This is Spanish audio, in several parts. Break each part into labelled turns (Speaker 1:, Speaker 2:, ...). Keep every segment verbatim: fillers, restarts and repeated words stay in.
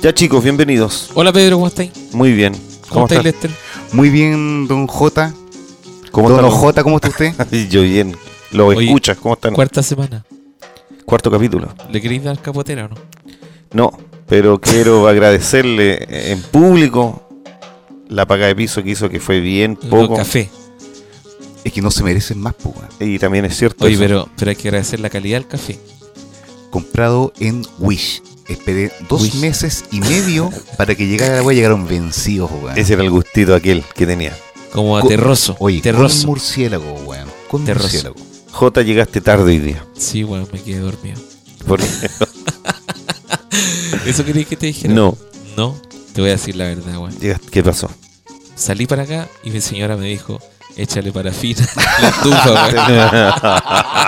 Speaker 1: Ya chicos, bienvenidos.
Speaker 2: Hola Pedro, ¿cómo estáis?
Speaker 1: Muy bien.
Speaker 2: ¿Cómo,
Speaker 1: ¿Cómo
Speaker 2: estáis,
Speaker 1: estás?
Speaker 2: Lester?
Speaker 3: Muy bien, don J.
Speaker 1: ¿Cómo
Speaker 3: Don
Speaker 1: están?
Speaker 3: J, ¿cómo está usted?
Speaker 1: Yo bien. Lo
Speaker 2: Oye,
Speaker 1: escuchas, ¿cómo están?
Speaker 2: Cuarta semana.
Speaker 1: Cuarto capítulo.
Speaker 2: ¿Le queréis dar capotera o no?
Speaker 1: No, pero quiero agradecerle en público la paga de piso que hizo, que fue bien poco.
Speaker 2: Los café.
Speaker 3: Es que no se merecen más, pues, weón.
Speaker 1: Y también es cierto
Speaker 2: Oye,
Speaker 1: eso.
Speaker 2: pero, pero hay que agradecer la calidad del café.
Speaker 3: Comprado en Wish. Esperé dos
Speaker 2: Wish.
Speaker 3: meses y medio para que llegara la weá. Llegaron vencidos, weón.
Speaker 1: Ese era el gustito aquel que tenía.
Speaker 2: Como a
Speaker 3: Co-
Speaker 2: terroso.
Speaker 3: Oye, con
Speaker 2: terroso.
Speaker 3: murciélago, weón. Con
Speaker 2: Terroso.
Speaker 3: murciélago.
Speaker 1: J, llegaste tarde hoy día.
Speaker 2: Sí, weón, me quedé dormido.
Speaker 1: Porque
Speaker 2: ¿Eso querías que te dijera?
Speaker 1: no,
Speaker 2: No, te voy a decir la verdad, weón.
Speaker 1: llegaste. ¿Qué pasó?
Speaker 2: Salí para acá y mi señora me dijo, échale parafina a la estufa,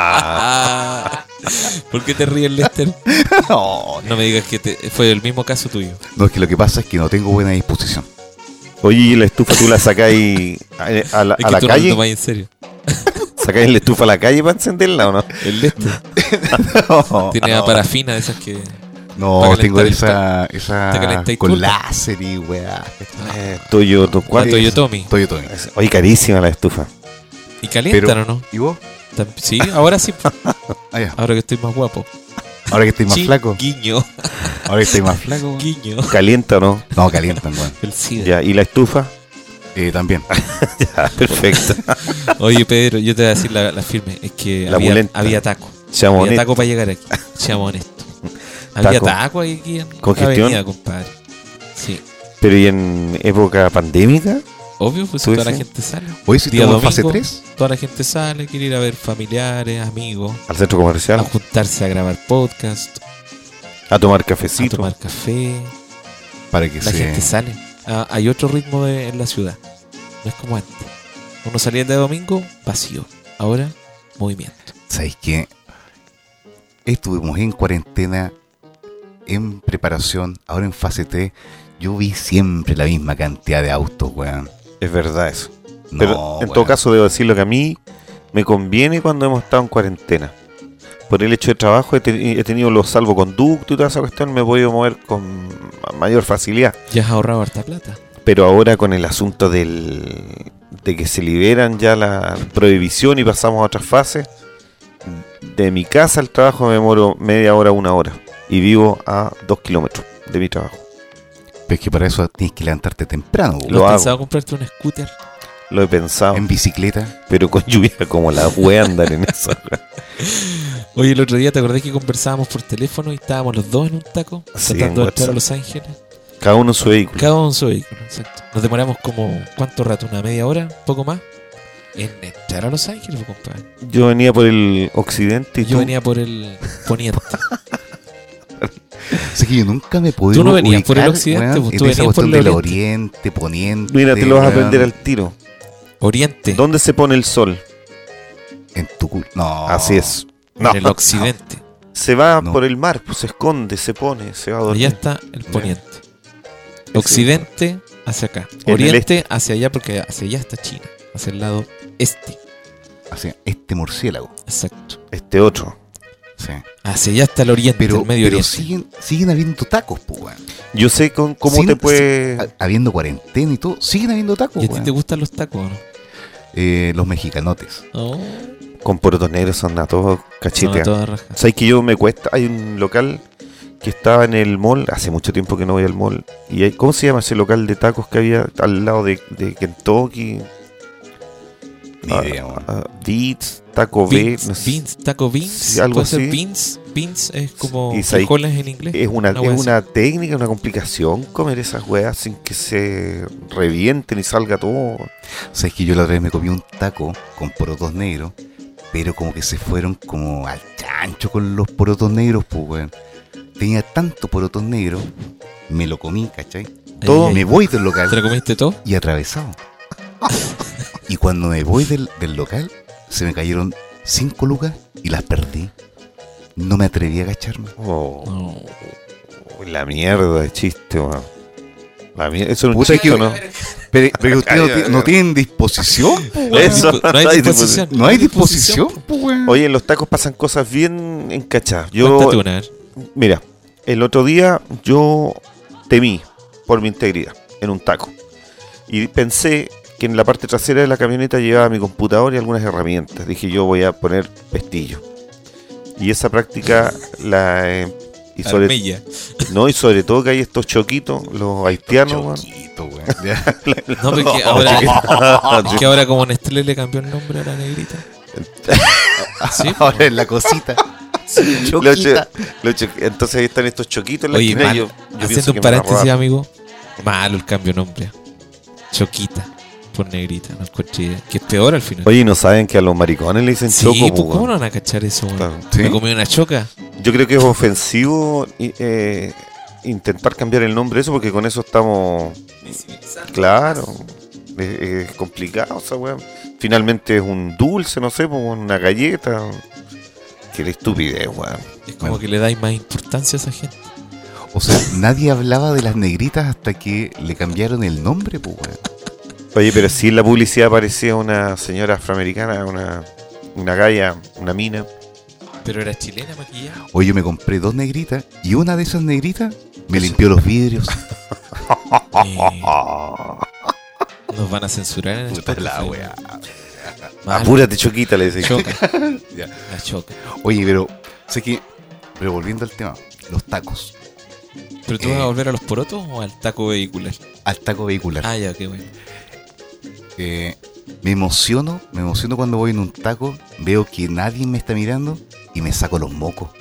Speaker 2: weón. ¿Por qué te ríes, Lester?
Speaker 3: No,
Speaker 2: No me digas que te... fue el mismo caso tuyo.
Speaker 3: no, es que lo que pasa es que no tengo buena disposición.
Speaker 1: Oye, ¿y la estufa tú la sacáis a, a la,
Speaker 2: Es
Speaker 1: a
Speaker 2: que
Speaker 1: la
Speaker 2: tú no lo
Speaker 1: calle?
Speaker 2: tomas en serio.
Speaker 1: ¿Sacáis la estufa a la calle para encenderla o no?
Speaker 2: El Lester
Speaker 3: No,
Speaker 2: tiene
Speaker 3: no,
Speaker 2: parafina de esas que...
Speaker 3: no,
Speaker 2: para
Speaker 3: tengo
Speaker 2: calentar
Speaker 3: esa,
Speaker 2: te
Speaker 3: esa
Speaker 2: calentáis
Speaker 3: con
Speaker 2: turca.
Speaker 3: láser y weá.
Speaker 1: Eh, Toyota.
Speaker 2: La
Speaker 1: ¿Cuánto?
Speaker 2: Toyotomi.
Speaker 3: Toyo, Toyo.
Speaker 1: Oye, carísima la estufa.
Speaker 2: ¿Y calientan o no?
Speaker 3: ¿Y vos?
Speaker 2: Tam- Sí, ahora sí.
Speaker 3: Ah, ya.
Speaker 2: Ahora que estoy más guapo.
Speaker 3: Ahora que estoy más
Speaker 2: Chin,
Speaker 3: flaco.
Speaker 2: Guiño,
Speaker 3: Ahora que estoy más flaco. weón.
Speaker 2: guiño.
Speaker 1: ¿Calienta o no?
Speaker 3: No, calientan, weón.
Speaker 2: El SIDA.
Speaker 1: Ya, ¿y la estufa?
Speaker 3: Eh, también.
Speaker 1: Ya, perfecto.
Speaker 2: Oye, Pedro, yo te voy a decir la, la firme. Es que
Speaker 1: La
Speaker 2: había,
Speaker 1: mulenta.
Speaker 2: había taco.
Speaker 1: Seamos
Speaker 2: Había
Speaker 1: honestos.
Speaker 2: taco para llegar aquí. Seamos honestos. Había
Speaker 1: Taco.
Speaker 2: taco aquí en
Speaker 1: ¿Congestión?
Speaker 2: la avenida, compadre. Sí.
Speaker 1: Pero ¿y en época pandémica?
Speaker 2: Obvio, pues
Speaker 1: ¿Tú
Speaker 2: toda la
Speaker 1: dices?
Speaker 2: gente sale.
Speaker 3: Hoy si
Speaker 2: Día
Speaker 3: estamos en fase
Speaker 2: domingo,
Speaker 3: tres.
Speaker 2: Toda la gente sale, quiere ir a ver familiares, amigos,
Speaker 1: ¿Al centro
Speaker 2: a
Speaker 1: comercial?
Speaker 2: juntarse a grabar podcast,
Speaker 1: ¿A tomar
Speaker 2: a
Speaker 1: cafecito?
Speaker 2: tomar café.
Speaker 3: Para que
Speaker 2: La
Speaker 3: se...
Speaker 2: gente sale. Ah, hay otro ritmo de- en la ciudad. No es como antes. Uno salía el día domingo, vacío. Ahora, movimiento.
Speaker 3: ¿Sabéis qué? Estuvimos en cuarentena, en preparación, ahora en fase tres. Yo vi siempre la misma cantidad de autos, weón.
Speaker 1: Es verdad eso.
Speaker 3: No,
Speaker 1: Pero en
Speaker 3: weón.
Speaker 1: todo caso debo decirlo que a mí me conviene cuando hemos estado en cuarentena. Por el hecho de trabajo he, te- he tenido los salvoconductos y toda esa cuestión, me he podido mover con mayor facilidad.
Speaker 2: Ya has ahorrado harta plata.
Speaker 1: Pero ahora con el asunto del, de que se liberan ya la prohibición y pasamos a otras fases, de mi casa al trabajo me demoro media hora, una hora. Y vivo a dos kilómetros de mi trabajo.
Speaker 3: Pero es que para eso tienes que levantarte temprano, weón.
Speaker 1: Lo
Speaker 2: ¿No has
Speaker 1: hago.
Speaker 2: pensado comprarte un scooter?
Speaker 1: Lo he pensado,
Speaker 3: En bicicleta.
Speaker 1: pero con lluvia como la wea andar en eso.
Speaker 2: Oye, el otro día te acordás que conversábamos por teléfono y estábamos los dos en un taco
Speaker 1: Sí,
Speaker 2: tratando
Speaker 1: en
Speaker 2: de entrar a
Speaker 1: WhatsApp.
Speaker 2: Los Ángeles.
Speaker 1: Cada uno en su vehículo.
Speaker 2: Cada uno en su vehículo, exacto. Nos demoramos como, ¿cuánto rato? ¿Una media hora? ¿Poco más? En entrar a Los Ángeles, pues, compadre.
Speaker 1: Yo venía por el occidente y
Speaker 2: Yo
Speaker 1: tú.
Speaker 2: venía por el poniente.
Speaker 3: Así que yo nunca me pude
Speaker 2: Tú no venías por el
Speaker 3: ubicar,
Speaker 2: occidente,
Speaker 3: weón,
Speaker 2: pues,
Speaker 3: en
Speaker 2: tú
Speaker 3: esa
Speaker 2: venías por
Speaker 3: cuestión
Speaker 2: el
Speaker 3: del
Speaker 2: oriente.
Speaker 3: oriente, poniente.
Speaker 1: Mira, te lo vas a
Speaker 3: weón.
Speaker 1: aprender al tiro.
Speaker 2: Oriente.
Speaker 1: ¿Dónde se pone el sol?
Speaker 3: En tu cul- No.
Speaker 1: Así es.
Speaker 2: En
Speaker 1: No,
Speaker 2: el occidente.
Speaker 1: se va
Speaker 3: No.
Speaker 1: por el mar, pues se esconde, se pone, se va a dormir.
Speaker 2: Allá está el poniente. Occidente hacia acá.
Speaker 1: el
Speaker 2: Oriente hacia allá porque hacia allá está China. Hacia el lado este.
Speaker 3: Así, este murciélago.
Speaker 2: Exacto.
Speaker 1: Este otro.
Speaker 3: Sí.
Speaker 2: Hacia allá está el oriente,
Speaker 3: Pero,
Speaker 2: el medio
Speaker 3: pero
Speaker 2: oriente.
Speaker 3: siguen, siguen habiendo tacos, pues, weón.
Speaker 1: Yo sé con, cómo
Speaker 3: Siguen-
Speaker 1: te puede...
Speaker 3: si- ha- habiendo cuarentena y todo, siguen habiendo tacos,
Speaker 2: ¿Y a ti
Speaker 3: weón.
Speaker 2: te gustan los tacos o no?
Speaker 3: Eh, los mexicanotes.
Speaker 2: Oh,
Speaker 1: Con porotos negros son a todos
Speaker 2: son a
Speaker 1: cacheteados.
Speaker 2: toda raja.
Speaker 1: ¿Sabes que yo me cuesta? Hay un local que estaba en el mall, hace mucho tiempo que no voy al mall. Y hay, ¿cómo se llama ese local de tacos que había al lado de, de Kentucky?
Speaker 3: Ni
Speaker 1: Ah,
Speaker 3: idea, weón.
Speaker 1: ah, Deeds, Taco B,
Speaker 2: Beans,
Speaker 1: no sé.
Speaker 2: beans, taco beans.
Speaker 1: Sí, algo
Speaker 2: Puede ser
Speaker 1: así.
Speaker 2: beans. Beans es como
Speaker 1: Y sabes-
Speaker 2: frijoles en inglés.
Speaker 1: Es una,
Speaker 2: Una wea
Speaker 1: es
Speaker 2: así.
Speaker 1: una técnica, una complicación comer esas weas sin que se revienten y salga todo.
Speaker 3: Sabes que yo la otra vez me comí un taco con porotos negros, pero como que se fueron como al chancho con los porotos negros, pues, weón. Tenía tanto porotos negros, me lo comí, ¿cachai?
Speaker 1: todo
Speaker 2: Ay,
Speaker 3: Me
Speaker 2: ay,
Speaker 3: voy del
Speaker 2: ¿Te
Speaker 3: local
Speaker 2: lo comiste todo?
Speaker 3: y atravesado. Y cuando me voy del, del local, se me cayeron cinco lucas y las perdí. No me atreví a agacharme.
Speaker 1: Oh,
Speaker 2: No.
Speaker 1: la mierda de chiste, weón. La mier- Eso es un
Speaker 3: Puta
Speaker 1: chiste,
Speaker 3: que-
Speaker 1: ¿o no?
Speaker 3: Pero, pero ustedes no, ti- no tienen disposición, po, weón.
Speaker 1: Eso,
Speaker 2: No hay
Speaker 1: no hay
Speaker 2: disposición.
Speaker 3: No hay disposición, po, weón.
Speaker 1: Oye, en los tacos pasan cosas bien encachadas.
Speaker 2: Cuéntate
Speaker 1: Yo,
Speaker 2: una, a ver.
Speaker 1: mira, el otro día yo temí por mi integridad en un taco. Y pensé que en la parte trasera de la camioneta llevaba mi computador y algunas herramientas. Dije, yo voy a poner pestillo. Y esa práctica la... Eh, y sobre,
Speaker 2: Armella.
Speaker 1: no, y sobre todo que hay estos choquitos, los haitianos, weón.
Speaker 3: Choquito, weón.
Speaker 2: No, porque ahora, es que ahora como Nestlé le cambió el nombre a la negrita. Sí, po.
Speaker 3: Ahora es la cosita.
Speaker 1: Los cho-
Speaker 3: Choquita.
Speaker 1: los cho- entonces ahí están estos choquitos en la
Speaker 2: Oye,
Speaker 1: esquina y
Speaker 2: mal,
Speaker 1: yo, yo pienso
Speaker 2: haciendo
Speaker 1: que
Speaker 2: un
Speaker 1: me van a
Speaker 2: paréntesis,
Speaker 1: robar.
Speaker 2: amigo. Malo el cambio de nombre. Choquita por negrita. No encontré. Que es peor al final.
Speaker 1: Oye, ¿no saben que a los maricones le dicen
Speaker 2: Sí,
Speaker 1: choco?
Speaker 2: pues,
Speaker 1: po,
Speaker 2: ¿cómo
Speaker 1: weón?
Speaker 2: no van a cachar eso, weón?
Speaker 1: Claro.
Speaker 3: ¿Sí?
Speaker 2: Me comí una choca.
Speaker 1: Yo creo que es ofensivo y, eh, intentar cambiar el nombre de eso porque con eso estamos... Claro, es, es complicado esa weá. Finalmente es un dulce, no sé, pues, una galleta. Qué estupidez, weón.
Speaker 2: Es como
Speaker 3: Bueno.
Speaker 2: que le dais más importancia a esa gente.
Speaker 3: O sea, nadie hablaba de las negritas hasta que le cambiaron el nombre, pues, weón.
Speaker 1: Oye, pero sí en la publicidad aparecía una señora afroamericana, una, una galla, una mina.
Speaker 2: Pero era chilena maquillada.
Speaker 3: Hoy yo me compré dos negritas y una de esas negritas me limpió los vidrios.
Speaker 2: Eh, nos van a censurar en el
Speaker 3: Puta la
Speaker 2: Spotify.
Speaker 3: weá.
Speaker 2: Mal.
Speaker 1: Apúrate, choquita, le decía.
Speaker 2: Choca.
Speaker 3: Ya.
Speaker 2: La choca.
Speaker 3: Oye, pero sé que, pero volviendo al tema, los tacos,
Speaker 2: ¿Pero tú
Speaker 3: Eh.
Speaker 2: vas a volver a los porotos o al taco vehicular?
Speaker 3: al taco vehicular.
Speaker 2: Ah, ya, qué bueno.
Speaker 3: Eh, me emociono, me emociono cuando voy en un taco, veo que nadie me está mirando y me saco los mocos.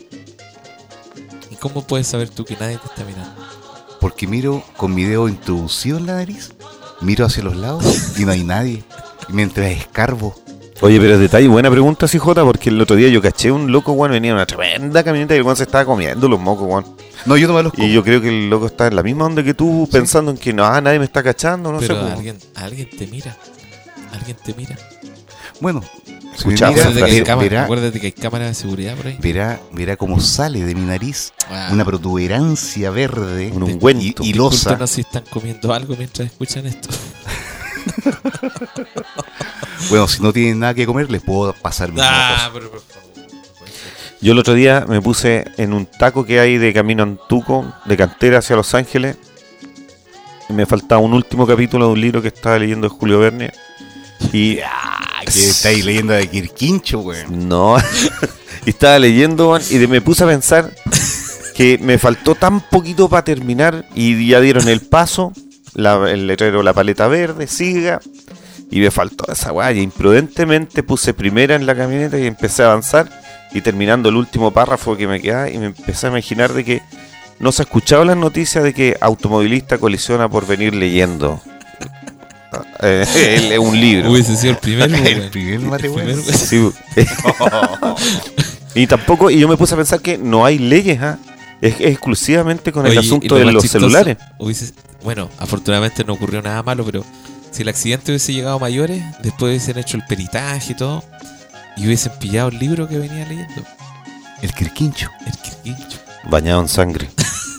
Speaker 2: ¿Y cómo puedes saber tú que nadie te está mirando?
Speaker 3: Porque miro con mi dedo introducido en la nariz, miro hacia los lados y no hay nadie. Y mientras escarbo,
Speaker 1: Oye, pero detalle, buena pregunta, C J, porque el otro día yo caché un loco, weón, venía en una tremenda camioneta y el weón se estaba comiendo los mocos, weón.
Speaker 3: no, yo no me los como.
Speaker 1: Y yo creo que el loco está en la misma onda que tú, pensando en que no, ah, nadie me está cachando, no
Speaker 2: Pero
Speaker 1: sé. po.
Speaker 2: alguien, alguien te mira. Alguien te mira.
Speaker 3: Bueno, si
Speaker 1: Escuchaba,
Speaker 3: me mira,
Speaker 2: Acuérdate que, hay
Speaker 3: ver-
Speaker 2: cámara-
Speaker 3: verá,
Speaker 2: acuérdate que hay cámaras de seguridad por ahí.
Speaker 3: verá, verá cómo sale de mi nariz
Speaker 2: Ah,
Speaker 3: una protuberancia verde
Speaker 1: Un
Speaker 3: y,
Speaker 1: ungüento.
Speaker 3: y losa.
Speaker 2: discúlpenos si están comiendo algo mientras escuchan esto.
Speaker 3: Bueno, si no tienen nada que comer, les puedo pasar mis
Speaker 2: Ah,
Speaker 3: mocos.
Speaker 2: pero por favor.
Speaker 1: Yo el otro día me puse en un taco que hay de camino a Antuco, de Cantera hacia Los Ángeles. Y me faltaba un último capítulo de un libro que estaba leyendo de Julio Verne. Y
Speaker 3: Ah, que estáis leyendo de Quirquincho, weón.
Speaker 1: no, y estaba leyendo, man, y de- me puse a pensar que me faltó tan poquito para terminar y ya dieron el paso, la- el letrero, la paleta verde, siga, y me faltó esa weá. Y imprudentemente puse primera en la camioneta y empecé a avanzar, y terminando el último párrafo que me quedaba, y me empecé a imaginar de que no se ha escuchado las noticias de que automovilista colisiona por venir leyendo eh, el- un libro.
Speaker 2: Hubiese sido el primer,
Speaker 3: El primer mate, weón.
Speaker 2: primer-
Speaker 1: Sí. Y tampoco, y yo me puse a pensar que no hay leyes, ¿ah? es, es exclusivamente con el
Speaker 2: Oye, y
Speaker 1: asunto
Speaker 2: lo
Speaker 1: de
Speaker 2: más
Speaker 1: los
Speaker 2: chistoso,
Speaker 1: celulares.
Speaker 2: hubiese- bueno, afortunadamente no ocurrió nada malo, pero si el accidente hubiese llegado a mayores, después hubiesen hecho el peritaje y todo, y hubiesen pillado el libro que venía leyendo.
Speaker 3: El Quirquincho.
Speaker 2: El Quirquincho.
Speaker 1: Bañado en sangre.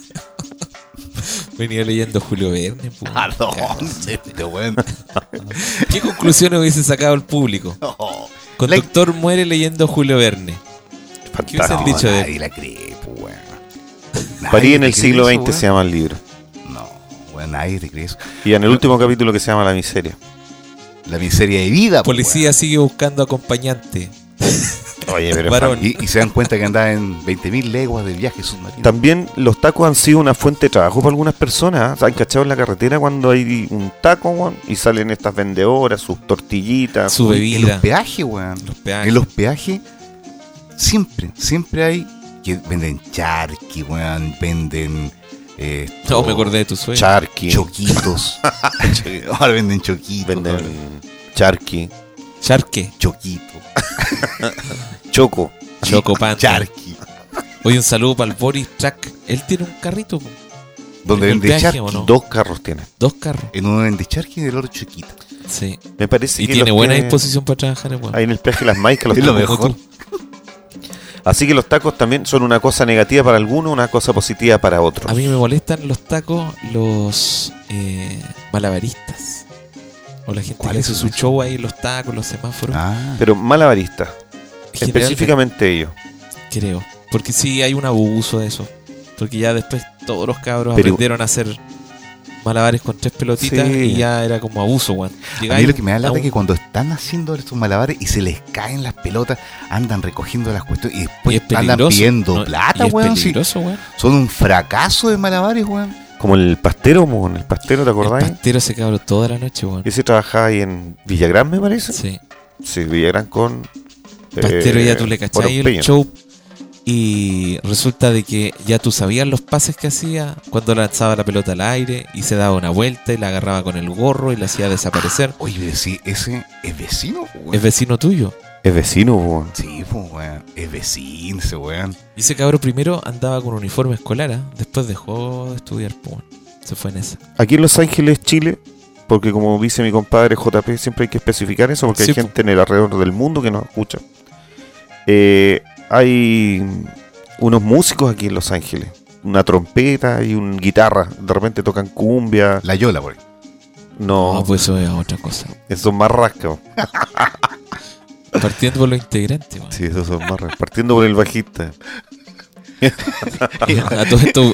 Speaker 2: Venía leyendo Julio Verne. pu.
Speaker 3: ¿A dónde, este weón?
Speaker 2: ¿Qué conclusiones hubiese sacado el público? Conductor muere leyendo Julio Verne. ¿Qué hubiesen
Speaker 1: Fantástico.
Speaker 2: dicho de él?
Speaker 3: Nadie la cree, pues, weón. Nadie
Speaker 1: París en
Speaker 3: te
Speaker 1: el
Speaker 3: cree
Speaker 1: siglo
Speaker 3: eso,
Speaker 1: veinte
Speaker 3: weón.
Speaker 1: se llama el libro.
Speaker 3: No, weón, nadie te cree eso.
Speaker 1: Y en el último capítulo que se llama La miseria.
Speaker 3: La miseria de vida, pues,
Speaker 2: Policía sigue buscando acompañante.
Speaker 1: Oye, pero
Speaker 2: Varón.
Speaker 3: weón. Y, y se dan cuenta que andaba en veinte mil leguas de viaje submarino.
Speaker 1: también los tacos han sido una fuente de trabajo para algunas personas. ¿ah? ¿Han cachado en la carretera cuando hay un taco, weón? Y salen estas vendedoras, sus tortillitas.
Speaker 2: Su
Speaker 3: En los
Speaker 2: bebida.
Speaker 3: peajes, weón.
Speaker 2: Los peajes.
Speaker 3: En los peajes, siempre, siempre hay que venden charqui, weón, venden eh,
Speaker 2: No, me acordé de tu sueño.
Speaker 1: Charqui.
Speaker 3: choquitos. Ahora venden choquitos.
Speaker 1: Venden
Speaker 3: cabrón.
Speaker 1: charqui.
Speaker 2: Charque.
Speaker 3: Choquito.
Speaker 1: Choco.
Speaker 2: Chocopan.
Speaker 3: Charqui.
Speaker 2: Oye, un saludo para el Boris Track. Él tiene un carrito. po.
Speaker 3: Donde
Speaker 2: ¿En el
Speaker 3: vende
Speaker 2: peaje
Speaker 3: charqui.
Speaker 2: o no?
Speaker 1: Dos carros tiene.
Speaker 2: Dos carros.
Speaker 3: En uno vende charqui y en el otro choquito.
Speaker 2: Sí.
Speaker 1: Me parece
Speaker 2: Y
Speaker 1: que
Speaker 2: tiene
Speaker 1: los
Speaker 2: buena
Speaker 1: que-
Speaker 2: disposición para trabajar, weón.
Speaker 1: Ahí en el peaje Las Maicas los
Speaker 3: Es lo
Speaker 1: tacos.
Speaker 3: mejor.
Speaker 1: Así que los tacos también son una cosa negativa para algunos, una cosa positiva para otros.
Speaker 2: A mí me molestan los tacos, los eh, malabaristas. O la gente que
Speaker 3: ¿Cuáles
Speaker 2: hace
Speaker 3: son
Speaker 2: su
Speaker 3: esos?
Speaker 2: show ahí en los tacos, los semáforos.
Speaker 3: Ah,
Speaker 1: Pero malabaristas,
Speaker 2: Generalmente,
Speaker 1: específicamente ellos.
Speaker 2: creo. Porque sí hay un abuso de eso. Porque ya después todos los cabros
Speaker 1: Pero-
Speaker 2: aprendieron a hacer malabares con tres pelotitas
Speaker 1: Sí.
Speaker 2: y ya era como abuso, weón.
Speaker 3: A
Speaker 2: Llegáis
Speaker 3: mí lo que me da
Speaker 2: a
Speaker 3: lata
Speaker 2: un-
Speaker 3: es que cuando están haciendo esos malabares y se les caen las pelotas, andan recogiendo las cuestiones y
Speaker 2: y
Speaker 3: después
Speaker 2: es
Speaker 3: andan
Speaker 2: peligroso,
Speaker 3: pidiendo
Speaker 2: ¿no?
Speaker 3: plata,
Speaker 2: Y es
Speaker 3: weón. Sí,
Speaker 2: peligroso, weón.
Speaker 3: son un fracaso de malabares, weón.
Speaker 1: Como el pastero, mo, el pastero, ¿te
Speaker 2: El
Speaker 1: acordáis?
Speaker 2: pastero ese cabro toda la noche, weón.
Speaker 1: Ese trabajaba ahí en Villagrán, me parece.
Speaker 2: Sí.
Speaker 1: Sí, Villagrán con...
Speaker 2: Pastero
Speaker 1: eh,
Speaker 2: ya tú le cachai el
Speaker 1: Orompeña.
Speaker 2: show y resulta de que ya tú sabías los pases que hacía cuando lanzaba la pelota al aire y se daba una vuelta y la agarraba con el gorro y la hacía desaparecer.
Speaker 3: Oye, pero sí, ese es vecino, weón.
Speaker 2: Es vecino tuyo.
Speaker 1: Es vecino, mo.
Speaker 3: Sí, pues, weón. Es vecino ese weón.
Speaker 2: Y ese cabro primero andaba con uniforme escolar, ¿ah? Después dejó de estudiar, pues, bueno, se fue en esa.
Speaker 1: Aquí en Los Ángeles, Chile, porque como dice mi compadre J P, siempre hay que especificar eso, porque
Speaker 2: Sí,
Speaker 1: hay
Speaker 2: po.
Speaker 1: gente en el alrededor del mundo que nos escucha. Eh, hay unos músicos aquí en Los Ángeles, una trompeta y una guitarra. De repente tocan cumbia.
Speaker 3: La Yola, por ahí.
Speaker 1: No,
Speaker 2: No, pues eso es otra cosa.
Speaker 1: esos son más rascas.
Speaker 2: Partiendo por los integrantes, weón.
Speaker 1: Sí, esos son más rascas. Partiendo por el bajista.
Speaker 2: A todo esto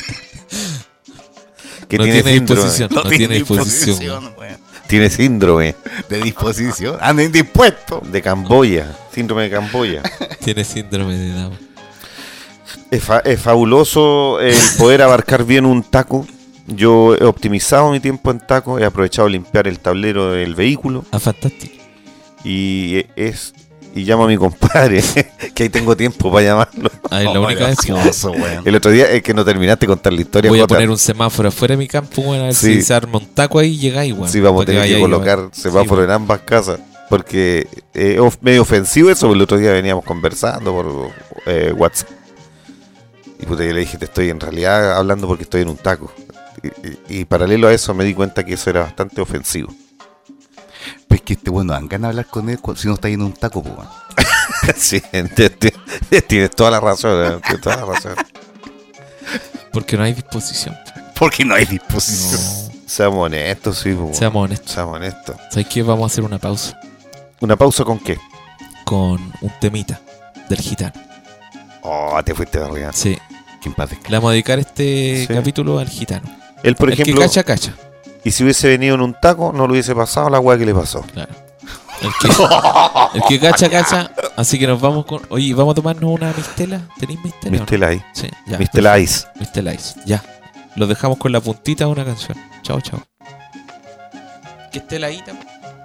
Speaker 1: Que
Speaker 2: no
Speaker 1: tiene,
Speaker 2: tiene
Speaker 1: síndrome.
Speaker 2: disposición. No, tiene disposición.
Speaker 3: weón.
Speaker 1: Tiene síndrome
Speaker 3: De disposición. Anda indispuesto.
Speaker 1: de Camboya. Síndrome de Camboya.
Speaker 2: Tiene síndrome de Down.
Speaker 1: Es, fa- es fabuloso el poder abarcar bien un taco. Yo he optimizado mi tiempo en taco, he aprovechado de limpiar el tablero del vehículo
Speaker 2: Ah, fantástico.
Speaker 1: y es y llamo a mi compadre, que ahí tengo tiempo para llamarlo.
Speaker 2: Ah, es la
Speaker 3: Oh,
Speaker 2: única vez que
Speaker 3: gracioso, weón.
Speaker 1: El otro día es que no terminaste de contar la historia.
Speaker 2: voy a
Speaker 1: Jota.
Speaker 2: poner un semáforo afuera de mi campo, weón, a ver
Speaker 1: Sí.
Speaker 2: si se arma un taco ahí y llegáis, weón.
Speaker 1: Sí, vamos a
Speaker 2: para
Speaker 1: tener que
Speaker 2: vayáis,
Speaker 1: colocar
Speaker 2: weón.
Speaker 1: semáforo
Speaker 2: Sí,
Speaker 1: en ambas casas, porque es of- medio ofensivo eso, porque el otro día veníamos conversando por eh, WhatsApp. Y puta, yo le dije, te estoy en realidad hablando porque estoy en un taco. Y, y- y paralelo a eso me di cuenta que eso era bastante ofensivo.
Speaker 3: Pues que este bueno, dan ganas de hablar con él cu- si no está yendo un taco, pues, weón.
Speaker 1: Sí, te- te- tienes toda la razón, eh, tienes toda la razón.
Speaker 2: Porque no hay disposición.
Speaker 3: Porque no hay disposición.
Speaker 2: No.
Speaker 1: Seamos honestos, sí, po.
Speaker 2: Seamos honestos.
Speaker 1: Seamos honestos.
Speaker 2: ¿Sabes qué? Vamos a hacer una pausa
Speaker 1: ¿Una pausa con qué?
Speaker 2: con un temita del gitano.
Speaker 1: Oh, te fuiste de arriba.
Speaker 2: Sí.
Speaker 3: Que en paz descanse.
Speaker 2: Le vamos a dedicar este
Speaker 1: Sí.
Speaker 2: capítulo al gitano.
Speaker 1: Él, por
Speaker 2: el
Speaker 1: ejemplo,
Speaker 2: que cacha, cacha.
Speaker 1: y si hubiese venido en un taco, no le hubiese pasado la weá que le pasó.
Speaker 2: Claro. El que, el que cacha, cacha. Así que nos vamos con. Oye, ¿vamos a tomarnos una mistela? ¿Tenéis mistela? o no?
Speaker 1: Mistela Ice.
Speaker 2: Sí, ya.
Speaker 1: Mistela Ice.
Speaker 2: Mistela Ice. Ya. Los dejamos con la puntita de una canción. Chao, chao. Que esté la ita.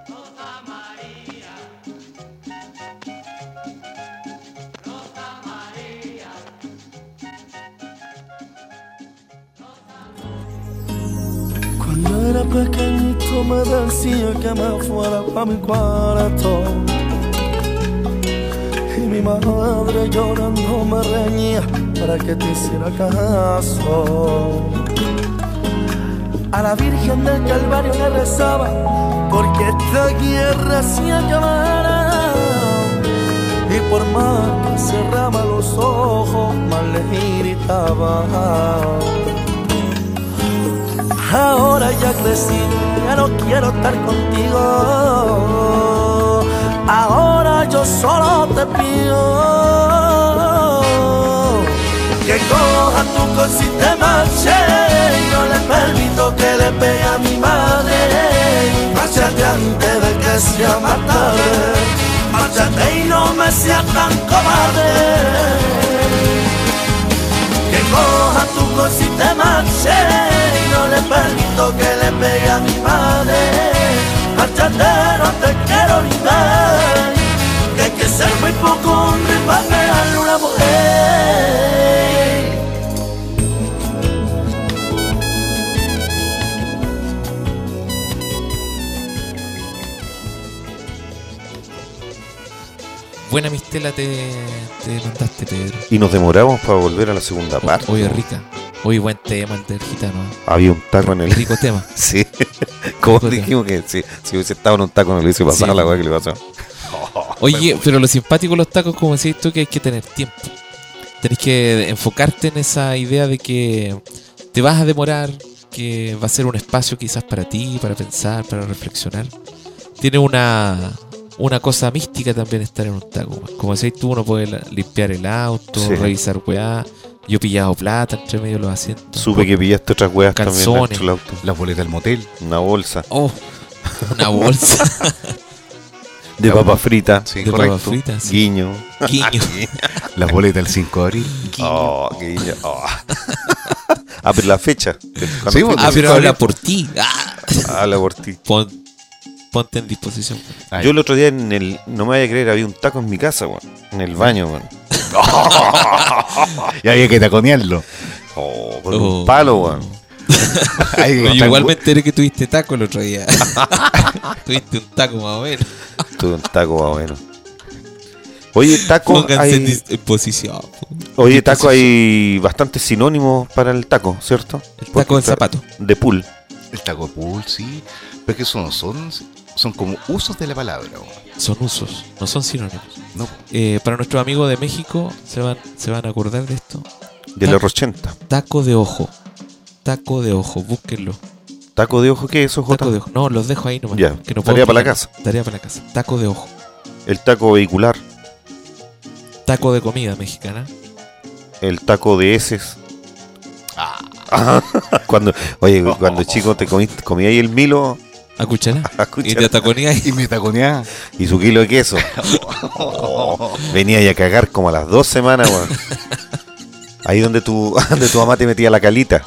Speaker 4: Cuando era pequeñito me decía que me fuera pa' mi cuarto y mi madre llorando me reñía para que te hiciera caso. A la Virgen del Calvario le rezaba porque esta guerra se acabara, y por más que cerraba los ojos más le gritaba. Ahora ya crecí, ya no quiero estar contigo. Ahora yo solo te pido que coja tu cosita y te marche. No le permito que le pegue a mi madre. Márchate antes de que sea más tarde. Márchate y no me seas tan cobarde. Que coja tu cosita y te marche. No le permito que le pegue a mi madre. Márchate, no te quiero ni ver. Que hay que ser muy poco hombre para pegarle a una mujer.
Speaker 2: Buena mistela te, te mandaste, Pedro.
Speaker 1: Y nos demoramos para volver a la segunda parte.
Speaker 2: Oye, rica. Oye, buen tema el del gitano.
Speaker 1: Había un taco en el...
Speaker 2: Rico tema.
Speaker 1: Sí. Como
Speaker 2: Rico
Speaker 1: dijimos que si, si hubiese estado en un taco no le hubiese pasado
Speaker 2: Sí.
Speaker 1: la weá que le pasó.
Speaker 2: Oye, pero lo simpático de los tacos, como decís tú, que hay que tener tiempo. Tenés que enfocarte en esa idea de que te vas a demorar, que va a ser un espacio quizás para ti, para pensar, para reflexionar. Tiene una, una cosa mística también estar en un taco. Como decís tú, uno puede la- limpiar el auto,
Speaker 1: Sí.
Speaker 2: revisar weá, Yo he pillado plata entre medio de los asientos.
Speaker 1: Supe que pillaste otras weas también
Speaker 2: Calzones.
Speaker 1: dentro del auto.
Speaker 3: Las boletas del motel.
Speaker 1: Una bolsa
Speaker 2: Oh, una bolsa
Speaker 1: de papa frita.
Speaker 3: Sí,
Speaker 2: de
Speaker 3: correcto.
Speaker 2: papas fritas. sí.
Speaker 1: Guiño.
Speaker 2: Guiño.
Speaker 3: Las boletas del cinco de abril.
Speaker 1: Oh, guiño. Oh. Ah, pero la fecha. Cuando
Speaker 3: Sí,
Speaker 1: fuiste
Speaker 2: Ah,
Speaker 1: al
Speaker 2: pero
Speaker 1: cinco de
Speaker 2: habla
Speaker 1: abril.
Speaker 2: por ti. Ah.
Speaker 1: Habla por ti.
Speaker 2: Pon- ponte en disposición.
Speaker 3: Ay.
Speaker 1: Yo el otro día en el. No me vaya a creer, había un taco en mi casa, weón. En el baño, weón.
Speaker 3: Y había que taconearlo.
Speaker 1: Oh, con
Speaker 2: Oh.
Speaker 1: un palo, weón.
Speaker 3: Hay que
Speaker 2: Oye,
Speaker 3: estar-
Speaker 2: igual me enteré que tuviste taco el otro día. Tuviste un taco más o menos.
Speaker 1: Tuve un taco más o menos. Oye, taco.
Speaker 2: Pónganse en
Speaker 1: Hay,
Speaker 2: dis- en posición.
Speaker 1: oye, taco hay bastantes sinónimos para el taco, ¿cierto?
Speaker 2: El
Speaker 1: Porque
Speaker 2: taco del
Speaker 1: está-
Speaker 2: zapato.
Speaker 1: De pool.
Speaker 3: El taco de pool, sí. Pero es que eso no son, son como usos de la palabra. weón.
Speaker 2: Son usos, no son sinónimos.
Speaker 3: No,
Speaker 2: Eh, para nuestros amigos de México, se van, se van a acordar de esto.
Speaker 1: De los ochenta.
Speaker 2: Taco de ojo. Taco de ojo, búsquenlo.
Speaker 1: ¿Taco de ojo qué es eso, Jota?
Speaker 2: Taco de ojo. No, los dejo ahí nomás.
Speaker 1: Ya,
Speaker 2: que no
Speaker 1: tarea
Speaker 2: puedo
Speaker 1: para la
Speaker 2: explicar.
Speaker 1: casa.
Speaker 2: Tarea para la casa. Taco de ojo.
Speaker 1: El taco vehicular.
Speaker 2: Taco de comida mexicana.
Speaker 1: El taco de heces. Ah. cuando, oye, cuando chico te comiste, comías ahí el Milo
Speaker 2: A cuchara.
Speaker 1: a
Speaker 2: Y
Speaker 1: cuchara
Speaker 2: te ataconías.
Speaker 3: y me taconeaba.
Speaker 1: y su kilo de queso. Oh, venía ya a cagar como a las dos semanas, weón. Ahí donde tu, donde tu mamá te metía la calita.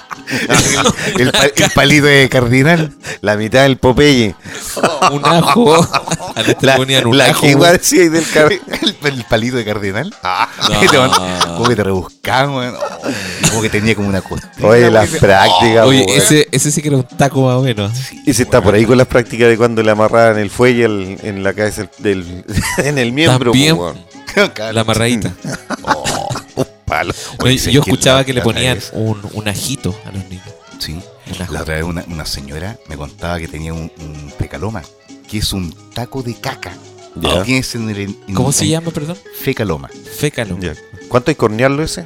Speaker 3: el, el pa- el palito de cardinal.
Speaker 1: La mitad del Popeye.
Speaker 2: Un ajo. A este le ponían un
Speaker 1: la
Speaker 2: ajo.
Speaker 1: que igual decía ahí del car...
Speaker 3: El, el palito de cardinal.
Speaker 2: No.
Speaker 3: Que te van- como que te rebuscaban, weón. Oh, y como que tenía como una costilla.
Speaker 1: Oye, las
Speaker 3: weón.
Speaker 1: prácticas.
Speaker 2: Oye,
Speaker 1: weón.
Speaker 2: ese, ese sí que era un taco más o menos.
Speaker 1: Ese está por ahí con las prácticas de cuando le amarraban el fuelle al- en la cabeza del, en el miembro.
Speaker 2: También.
Speaker 1: po, weón.
Speaker 3: Claro.
Speaker 2: La amarradita.
Speaker 1: Un palo.
Speaker 3: Oye,
Speaker 2: Yo
Speaker 3: ¿sabes
Speaker 2: yo
Speaker 3: qué?
Speaker 2: escuchaba
Speaker 3: La-
Speaker 2: que le
Speaker 3: la
Speaker 2: ponían
Speaker 3: otra vez-
Speaker 2: un, un ajito a los niños.
Speaker 3: Sí.
Speaker 2: Un ajo.
Speaker 3: La otra vez una, una señora me contaba que tenía un, un fecaloma, que es un taco de caca.
Speaker 1: Ya.
Speaker 3: Que tienes en el, en-
Speaker 2: ¿Cómo se
Speaker 3: en-
Speaker 2: llama, perdón?
Speaker 3: Fecaloma.
Speaker 2: Fécalo.
Speaker 1: Ya. ¿Cuánto hay que hornearlo ese?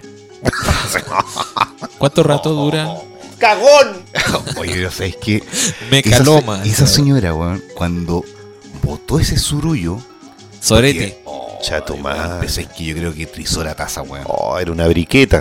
Speaker 2: ¿Cuánto rato dura?
Speaker 1: ¡Cagón!
Speaker 3: Oye, ¿no sabes qué?
Speaker 2: Mecaloma.
Speaker 3: Esa, esa señora, weón, cuando botó ese surullo.
Speaker 2: Sorete.
Speaker 3: Oh,
Speaker 1: Chato
Speaker 3: weón,
Speaker 1: madre.
Speaker 3: pensé que yo creo que trizó la taza, weón.
Speaker 1: Oh, era una briqueta.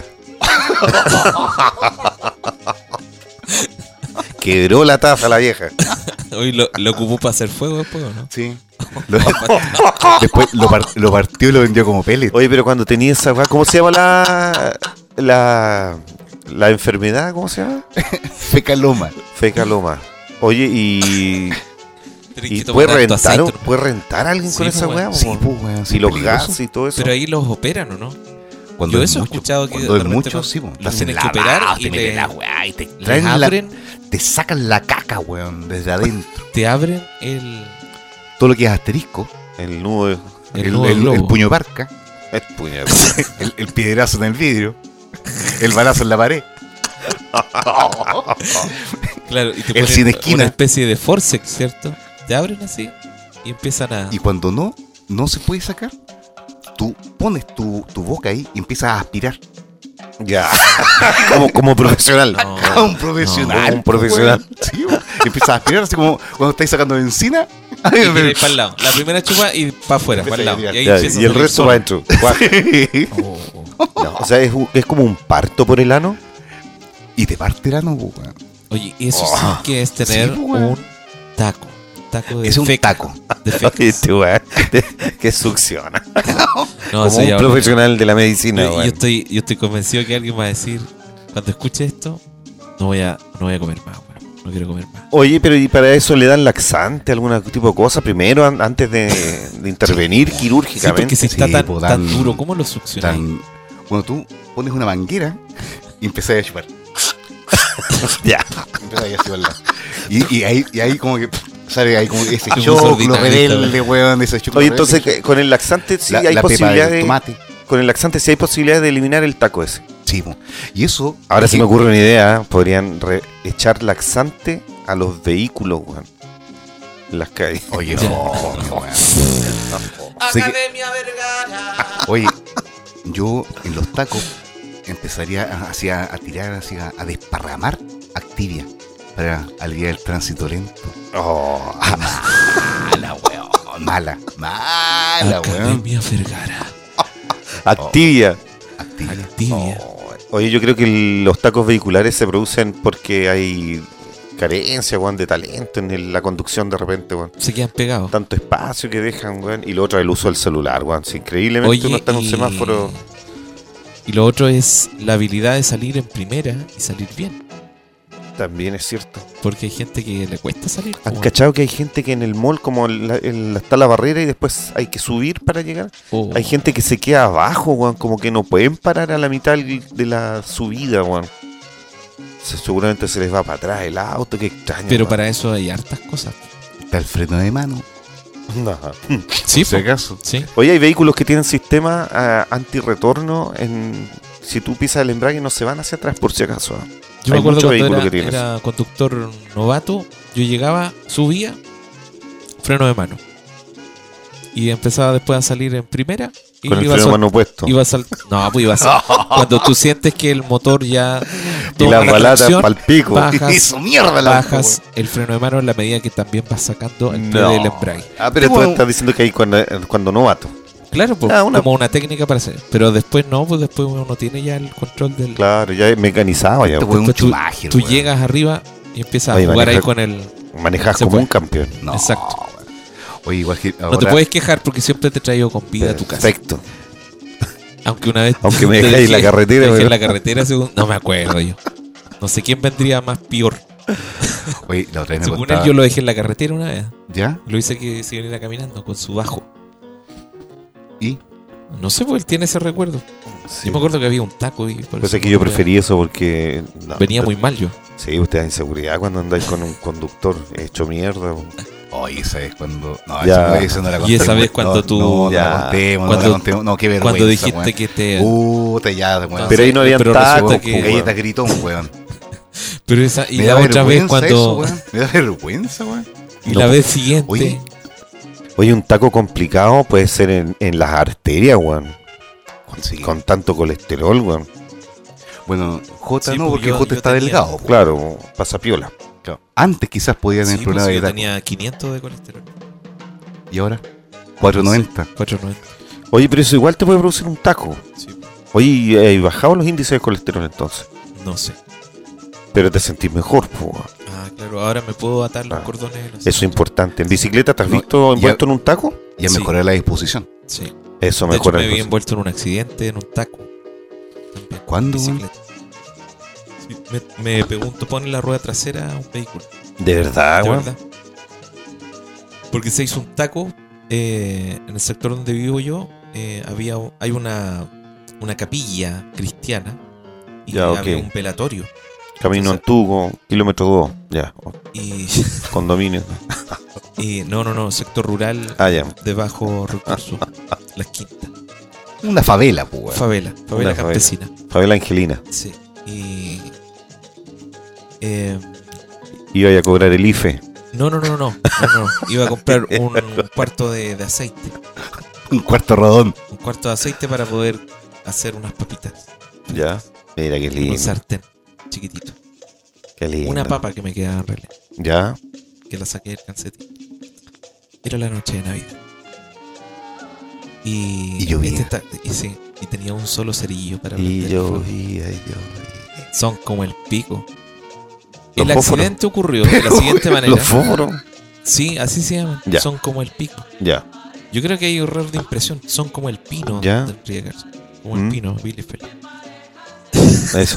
Speaker 1: Quebró la taza la vieja.
Speaker 2: Hoy lo, lo ocupó para hacer fuego después, ¿o no?
Speaker 3: Sí. Lo- después lo, par- lo partió y lo vendió como pellet.
Speaker 1: Oye, pero cuando tenía esa weá, ¿cómo se llama la, la la enfermedad? ¿Cómo se llama?
Speaker 3: Fecaloma.
Speaker 1: Fecaloma. Oye, y,
Speaker 2: Tenés
Speaker 1: y
Speaker 2: que tomar
Speaker 1: puede
Speaker 2: harto
Speaker 1: rentar,
Speaker 2: aceite, ¿no?
Speaker 1: puede rentar a alguien
Speaker 2: Sí,
Speaker 1: con esa
Speaker 2: pues,
Speaker 1: weá.
Speaker 2: weón.
Speaker 3: Sí,
Speaker 1: po?
Speaker 3: pues, weón. sí,
Speaker 1: Y los
Speaker 3: peligroso.
Speaker 1: gases y todo eso.
Speaker 2: Pero ahí los operan, ¿o no?
Speaker 3: Cuando
Speaker 2: Yo
Speaker 3: es
Speaker 2: eso he
Speaker 3: mucho,
Speaker 2: escuchado que
Speaker 3: cuando
Speaker 2: de
Speaker 3: es
Speaker 2: repente
Speaker 3: mucho,
Speaker 2: cuando
Speaker 3: sí, pues.
Speaker 2: los tienen que
Speaker 3: Lavado,
Speaker 2: operar y
Speaker 3: te meten
Speaker 2: le-
Speaker 3: la weá y te
Speaker 2: Les
Speaker 3: traen la-
Speaker 2: abren,
Speaker 3: te sacan la caca, weón, desde adentro.
Speaker 2: te abren el,
Speaker 3: Todo lo que es asterisco,
Speaker 1: El nudo de-
Speaker 2: el,
Speaker 3: el,
Speaker 2: nudo
Speaker 3: el-
Speaker 2: globo.
Speaker 3: el puño barca,
Speaker 1: el puñal.
Speaker 3: el, el piedrazo en el vidrio, el balazo en la pared.
Speaker 2: Claro, y te
Speaker 3: el
Speaker 2: ponen
Speaker 3: sin esquina.
Speaker 2: una especie de forceps, ¿cierto? Te abren así y empiezan a...
Speaker 3: Y cuando no, no se puede sacar, tú pones tu, tu boca ahí y empiezas a aspirar.
Speaker 1: Ya. como, como profesional.
Speaker 2: No.
Speaker 3: A un profesional.
Speaker 1: No, un profesional.
Speaker 3: weón. Sí, weón. Y empiezas a aspirar así como cuando estáis sacando benzina.
Speaker 2: Y tiráis para el lado. La primera chupa y para afuera, para el lado. Y, ahí
Speaker 1: Ya,
Speaker 2: empieza a
Speaker 1: y el
Speaker 2: salir
Speaker 1: resto
Speaker 2: solo.
Speaker 1: va adentro.
Speaker 2: Oh, oh.
Speaker 1: No, o sea, es, un- es como un parto por el ano.
Speaker 3: Y te parte el ano, weón.
Speaker 2: Oye, eso
Speaker 1: Oh.
Speaker 2: sí que es tener
Speaker 3: Sí, weón.
Speaker 2: un taco. Taco de
Speaker 3: Es un
Speaker 2: feca,
Speaker 3: taco.
Speaker 2: de fecas.
Speaker 1: Este weón, que succiona.
Speaker 2: No,
Speaker 1: como
Speaker 2: eso
Speaker 1: un
Speaker 2: ya-
Speaker 1: profesional de la medicina,
Speaker 2: yo, yo
Speaker 1: weón.
Speaker 2: estoy, yo estoy convencido que alguien va a decir, cuando escuche esto, no voy a, no voy a comer más, weón. No quiero comer más.
Speaker 1: Oye, pero ¿y para eso le dan laxante, algún tipo de cosa primero, an- antes de, de intervenir
Speaker 2: Sí,
Speaker 1: quirúrgicamente?
Speaker 2: porque si está
Speaker 3: Sí,
Speaker 2: tan,
Speaker 3: pues,
Speaker 2: tan
Speaker 3: dan-
Speaker 2: duro, ¿cómo lo succionáis?
Speaker 3: Tan- cuando tú pones una manguera y empezás a chupar.
Speaker 1: Ya.
Speaker 3: Empezás a chupar. Y, y, ahí, y ahí como que sale ahí como ese
Speaker 2: Como un
Speaker 3: choclo
Speaker 2: sordinalista,
Speaker 3: rebelde, weón. Ese choclo
Speaker 1: Oye,
Speaker 3: rebelde.
Speaker 1: entonces, con el laxante sí
Speaker 3: la,
Speaker 1: hay
Speaker 3: la pepa
Speaker 1: posibilidad
Speaker 3: de
Speaker 1: de...
Speaker 3: tomate.
Speaker 1: Con el laxante sí hay posibilidad de eliminar el taco ese.
Speaker 3: Sí, po. Y eso...
Speaker 1: Ahora
Speaker 3: es
Speaker 1: se
Speaker 3: que-
Speaker 1: me ocurre una idea, ¿eh? Podrían re- echar laxante a los vehículos, weón. En las calles.
Speaker 3: Oye,
Speaker 2: Ya.
Speaker 3: no, weón. Así que-
Speaker 2: Academia Vergara.
Speaker 3: Oye, yo en los tacos empezaría a, así a, a tirar, así a, a desparramar Activia para aliviar el tránsito lento.
Speaker 1: Oh,
Speaker 3: Mala, weón. Mala. Mala, weón.
Speaker 2: Academia Vergara.
Speaker 1: Activia.
Speaker 3: Activia.
Speaker 2: Activia.
Speaker 1: Oh, Oye, yo creo que el- los tacos vehiculares se producen porque hay carencia, weón, de talento en el- la conducción de repente, weón.
Speaker 2: Se quedan pegados.
Speaker 1: Tanto espacio que dejan, weón. Y lo otro es el uso del celular, weón. Si increíblemente
Speaker 2: Oye,
Speaker 1: uno está en un
Speaker 2: y-
Speaker 1: semáforo.
Speaker 2: Y lo otro es la habilidad de salir en primera y salir bien.
Speaker 1: También es cierto.
Speaker 2: Porque hay gente que le cuesta salir.
Speaker 1: ¿Han
Speaker 2: como-
Speaker 1: cachado que hay gente que en el mall, como la- el- está la barrera y después hay que subir para llegar?
Speaker 2: Oh.
Speaker 1: Hay gente que se queda abajo, weón. Como que no pueden parar a la mitad de la subida, weón. Se- seguramente se les va para atrás el auto, qué extraño.
Speaker 2: Pero
Speaker 1: weón.
Speaker 2: para eso hay hartas cosas.
Speaker 3: Está el freno de mano.
Speaker 1: No.
Speaker 2: Sí,
Speaker 3: por si
Speaker 2: po.
Speaker 3: acaso.
Speaker 2: Sí.
Speaker 1: Oye, hay vehículos que tienen sistema ah, antirretorno. En, si tú pisas el embrague, no se van hacia atrás, por si acaso. ah.
Speaker 2: Yo me
Speaker 1: Hay
Speaker 2: acuerdo
Speaker 1: muchos
Speaker 2: cuando
Speaker 1: vehículos
Speaker 2: era,
Speaker 1: que tienen
Speaker 2: era conductor novato, yo llegaba, subía, freno de mano. Y empezaba después a salir en primera. Y
Speaker 1: Con el
Speaker 2: iba a
Speaker 1: freno de
Speaker 2: sol-
Speaker 1: mano puesto.
Speaker 2: iba a sal- No, pues iba a sal- Cuando tú sientes que el motor ya
Speaker 1: Y
Speaker 2: toma
Speaker 1: las
Speaker 2: la
Speaker 1: balatas
Speaker 2: tracción,
Speaker 1: pa'l pico.
Speaker 2: bajas,
Speaker 3: Hizo mierda la
Speaker 2: bajas el freno de mano en la medida que también vas sacando el pie
Speaker 1: No.
Speaker 2: del embrague.
Speaker 1: Ah, pero tú
Speaker 3: Bueno.
Speaker 1: estás diciendo que hay cuando, cuando novato.
Speaker 2: Claro, pues,
Speaker 1: Ah, una-
Speaker 2: como una técnica para hacer. Pero después no, pues después uno tiene ya el control del...
Speaker 1: Claro, ya es mecanizado ya.
Speaker 3: Este
Speaker 1: weón.
Speaker 3: weón un
Speaker 2: Después tú,
Speaker 3: chumaje,
Speaker 2: tú
Speaker 3: weón.
Speaker 2: llegas arriba y empiezas
Speaker 1: Oye,
Speaker 2: a jugar ahí
Speaker 1: manejar-
Speaker 2: con el...
Speaker 1: Manejas
Speaker 2: se
Speaker 1: como
Speaker 2: puede.
Speaker 1: un campeón.
Speaker 3: No,
Speaker 2: Exacto.
Speaker 3: weón. Oye, igual que
Speaker 2: No te
Speaker 3: ahora-
Speaker 2: puedes quejar porque siempre te traigo con vida a tu casa.
Speaker 1: Perfecto.
Speaker 2: Aunque una vez...
Speaker 1: Aunque me
Speaker 2: te
Speaker 1: dejáis en la
Speaker 2: dejé-
Speaker 1: carretera,
Speaker 2: te dejé en
Speaker 1: weón.
Speaker 2: la carretera, según... No me acuerdo yo. No sé quién vendría más peor.
Speaker 3: Oye, la otra vez me
Speaker 2: Según él,
Speaker 3: contaba-
Speaker 2: yo lo dejé en la carretera una vez.
Speaker 3: ¿Ya?
Speaker 2: Lo hice que se viniera caminando con su bajo.
Speaker 3: ¿Y?
Speaker 2: No sé, pues él tiene ese recuerdo.
Speaker 1: Sí.
Speaker 2: Yo me acuerdo que había un taco y por
Speaker 1: Pues
Speaker 2: eso
Speaker 1: es que yo
Speaker 2: me-
Speaker 1: preferí eso porque. no,
Speaker 2: Venía
Speaker 1: te-
Speaker 2: muy mal yo.
Speaker 1: Sí, usted da inseguridad cuando andáis con un conductor hecho mierda. weón.
Speaker 3: Oye, esa vez cuando... No,
Speaker 1: Ya.
Speaker 3: eso, eso no la
Speaker 2: Y
Speaker 3: conté.
Speaker 2: esa vez
Speaker 3: no,
Speaker 2: cuando tú-
Speaker 3: No, no
Speaker 1: Ya.
Speaker 3: la contemos,
Speaker 2: Cuando-
Speaker 3: no la contemos. No, qué vergüenza,
Speaker 2: Cuando dijiste
Speaker 3: weón.
Speaker 2: que te...
Speaker 3: Puta, ya, weón.
Speaker 1: Pero ahí no habían
Speaker 2: pero
Speaker 1: tacos,
Speaker 2: resulta
Speaker 1: po,
Speaker 2: que-
Speaker 1: weón.
Speaker 3: Ella está gritón, weón.
Speaker 2: Pero esa... Y
Speaker 3: Me
Speaker 2: la
Speaker 3: da
Speaker 2: otra vez
Speaker 3: vergüenza
Speaker 2: cuando...
Speaker 3: eso, weón. Me da vergüenza, weón.
Speaker 2: y
Speaker 1: No,
Speaker 2: la
Speaker 1: po-
Speaker 2: vez siguiente...
Speaker 3: Oye,
Speaker 1: Oye, un taco complicado puede ser en, en las arterias, weón.
Speaker 3: Sí.
Speaker 1: Con tanto colesterol, weón.
Speaker 3: Bueno, J
Speaker 2: Sí,
Speaker 3: no,
Speaker 2: pues
Speaker 3: porque
Speaker 2: yo-
Speaker 3: J
Speaker 2: yo
Speaker 3: está
Speaker 2: tenía-
Speaker 3: delgado. po.
Speaker 1: Claro, pasa piola.
Speaker 3: Claro. Antes quizás podían tener
Speaker 2: Sí,
Speaker 3: problemas
Speaker 2: pues,
Speaker 3: de
Speaker 2: yo
Speaker 3: taco.
Speaker 2: tenía quinientos de colesterol.
Speaker 3: ¿Y ahora? cuatrocientos noventa.
Speaker 2: cuatrocientos noventa.
Speaker 1: Oye, pero eso igual te puede producir un taco.
Speaker 2: Sí.
Speaker 1: Oye, ¿y eh, bajado los índices de colesterol entonces?
Speaker 2: No sé.
Speaker 1: Pero te sentís mejor, po, weón.
Speaker 2: Ah, claro. Ahora me puedo atar los
Speaker 1: Ah,
Speaker 2: cordones de los
Speaker 1: Eso es importante. ¿En bicicleta te has
Speaker 3: No,
Speaker 1: visto
Speaker 3: ya-
Speaker 1: envuelto en un taco?
Speaker 3: Ya
Speaker 2: Sí.
Speaker 3: mejoré la disposición.
Speaker 2: Sí.
Speaker 1: Eso
Speaker 2: De hecho,
Speaker 1: mejora
Speaker 2: me
Speaker 1: el
Speaker 2: vi
Speaker 1: proceso.
Speaker 2: envuelto en un accidente, en un taco. También.
Speaker 3: ¿Cuándo, weón?
Speaker 2: Bicicleta. Sí, me, me pegó un topón en la rueda trasera a un vehículo.
Speaker 1: ¿De verdad,
Speaker 2: de
Speaker 1: weón?
Speaker 2: verdad. Porque se hizo un taco eh, en el sector donde vivo yo. Eh, había hay una, una capilla cristiana y
Speaker 1: Ya, ok.
Speaker 2: había un velatorio.
Speaker 1: Camino
Speaker 2: Entonces-
Speaker 1: Antuco, kilómetro dos, ya.
Speaker 2: Y,
Speaker 1: Condominio.
Speaker 2: y no, no, no, sector rural
Speaker 1: Ah, ya.
Speaker 2: de bajo recurso. Las quintas.
Speaker 3: Una favela, pues, weón.
Speaker 2: Favela, favela
Speaker 1: favela.
Speaker 2: campesina.
Speaker 1: Favela Angelina.
Speaker 2: Sí. Y. eh,
Speaker 1: Iba a cobrar el I F E.
Speaker 2: no, no, no, no, no, no. Iba a comprar un cuarto de, de aceite.
Speaker 3: Un cuarto rodón.
Speaker 2: Un cuarto de aceite para poder hacer unas papitas.
Speaker 1: Ya. Mira qué
Speaker 2: Un
Speaker 1: lindo.
Speaker 2: sartén chiquitito.
Speaker 1: Qué lindo.
Speaker 2: Una papa que me quedaba en realidad.
Speaker 1: Ya.
Speaker 2: Que la saqué del calcetín. Era la noche de Navidad. Y,
Speaker 3: Y llovía.
Speaker 2: este ta- y, sí, y tenía un solo cerillo para
Speaker 1: Y
Speaker 2: prender el
Speaker 1: yo
Speaker 2: fuego.
Speaker 1: vi, ay, yo
Speaker 2: Son como el pico.
Speaker 1: Los
Speaker 2: El
Speaker 1: fósforos.
Speaker 2: accidente ocurrió de la siguiente
Speaker 1: vi.
Speaker 2: manera.
Speaker 1: Los fósforos.
Speaker 2: Sí, así se llaman.
Speaker 1: Ya.
Speaker 2: Son como el pico.
Speaker 1: Ya.
Speaker 2: Yo creo que hay error de impresión. Son como el pino
Speaker 1: Ya.
Speaker 2: del Rieger's. Como
Speaker 1: Mm.
Speaker 2: el pino, Bielefeld.
Speaker 1: Eso.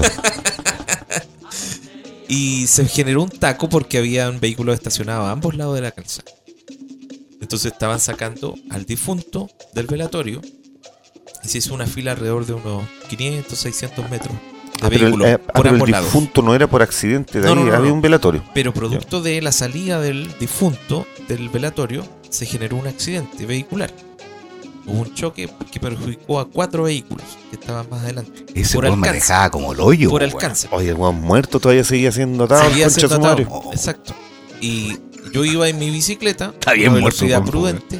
Speaker 2: Y se generó un taco porque habían vehículos estacionados a ambos lados de la calzada. Entonces estaban sacando al difunto del velatorio y se hizo una fila alrededor de unos quinientos, seiscientos metros de
Speaker 1: Ah, pero el,
Speaker 2: vehículos
Speaker 1: eh, ah,
Speaker 2: por
Speaker 1: pero el
Speaker 2: ambos lados.
Speaker 1: difunto no era por accidente. De
Speaker 2: No,
Speaker 1: ahí
Speaker 2: no, no,
Speaker 1: había
Speaker 2: no.
Speaker 1: un velatorio.
Speaker 2: Pero producto de la salida del difunto del velatorio se generó un accidente vehicular. Hubo un choque que perjudicó a cuatro vehículos que estaban más adelante.
Speaker 3: Ese
Speaker 2: por
Speaker 3: weón
Speaker 2: alcance.
Speaker 3: manejaba como el hoyo,
Speaker 2: Por
Speaker 3: weón.
Speaker 2: alcance.
Speaker 1: Oye, el weón muerto todavía seguía siendo atado.
Speaker 2: Seguía
Speaker 1: concha
Speaker 2: siendo
Speaker 1: su madre.
Speaker 2: atado. Exacto. Y yo iba en mi bicicleta
Speaker 3: Está bien
Speaker 2: a una
Speaker 3: muerto,
Speaker 2: velocidad
Speaker 3: weón,
Speaker 2: prudente.